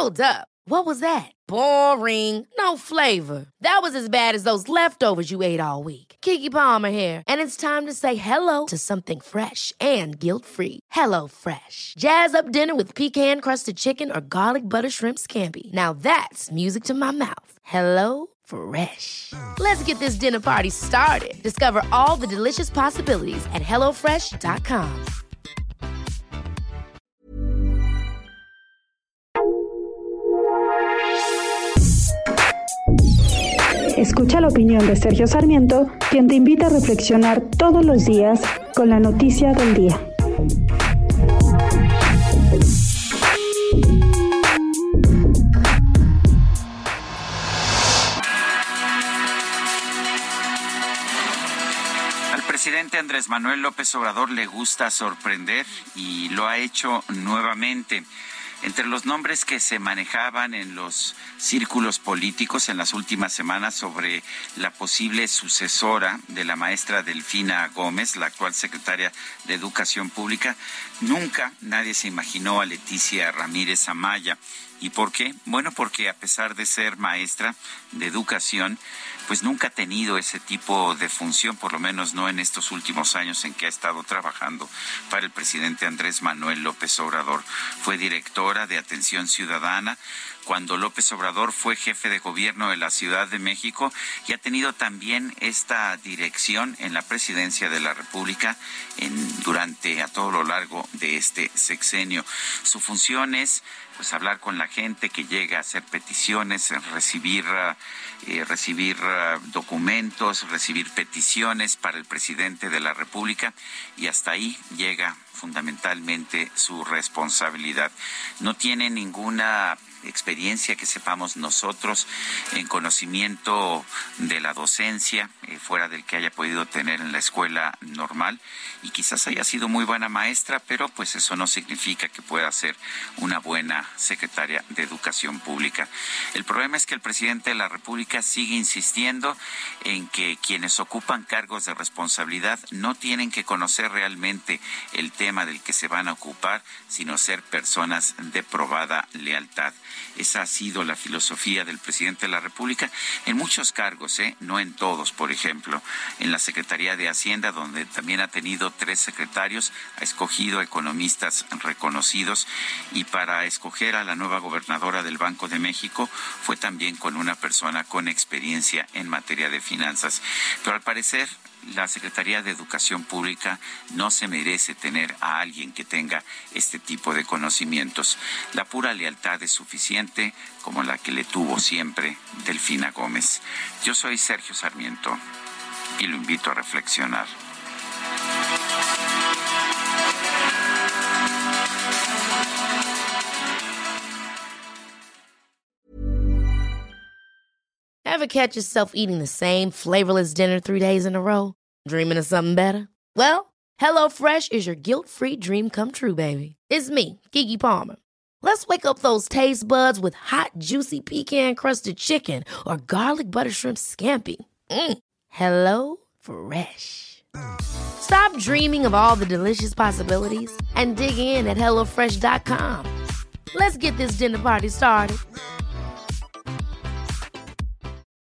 Hold up. What was that? Boring. No flavor. That was as bad as those leftovers you ate all week. Keke Palmer here, and it's time to say hello to something fresh and guilt-free. Hello Fresh. Jazz up dinner with pecan-crusted chicken or garlic butter shrimp scampi. Now that's music to my mouth. Hello Fresh. Let's get this dinner party started. Discover all the delicious possibilities at hellofresh.com. Escucha la opinión de Sergio Sarmiento, quien te invita a reflexionar todos los días con la noticia del día. Al presidente Andrés Manuel López Obrador le gusta sorprender y lo ha hecho nuevamente. Entre los nombres que se manejaban en los círculos políticos en las últimas semanas sobre la posible sucesora de la maestra Delfina Gómez, la actual secretaria de Educación Pública, nunca nadie se imaginó a Leticia Ramírez Amaya. ¿Y por qué? Bueno, porque a pesar de ser maestra de educación, pues nunca ha tenido ese tipo de función, por lo menos no en estos últimos años en que ha estado trabajando para el presidente Andrés Manuel López Obrador. Fue directora de Atención Ciudadana cuando López Obrador fue jefe de gobierno de la Ciudad de México y ha tenido también esta dirección en la presidencia de la República durante a todo lo largo de este sexenio. Su función es pues hablar con la gente que llega a hacer peticiones, recibir documentos, recibir peticiones para el presidente de la República, y hasta ahí llega fundamentalmente su responsabilidad. No tiene ninguna experiencia que sepamos nosotros en conocimiento de la docencia, fuera del que haya podido tener en la escuela normal, y quizás haya sido muy buena maestra, pero pues eso no significa que pueda ser una buena secretaria de Educación Pública. El problema es que el presidente de la República sigue insistiendo en que quienes ocupan cargos de responsabilidad no tienen que conocer realmente el tema del que se van a ocupar, sino ser personas de probada lealtad. Esa ha sido la filosofía del presidente de la República en muchos cargos, no en todos. Por ejemplo, en la Secretaría de Hacienda, donde también ha tenido 3 secretarios, ha escogido economistas reconocidos, y para escoger a la nueva gobernadora del Banco de México fue también con una persona con experiencia en materia de finanzas. Pero al parecer la Secretaría de Educación Pública no se merece tener a alguien que tenga este tipo de conocimientos. La pura lealtad es suficiente, como la que le tuvo siempre Delfina Gómez. Yo soy Sergio Sarmiento y lo invito a reflexionar. Ever catch yourself eating the same flavorless dinner 3 days in a row? Dreaming of something better? Well, HelloFresh is your guilt-free dream come true, baby. It's me, Keke Palmer. Let's wake up those taste buds with hot, juicy pecan-crusted chicken or garlic butter shrimp scampi. Hello Fresh. Stop dreaming of all the delicious possibilities and dig in at hellofresh.com. Let's get this dinner party started.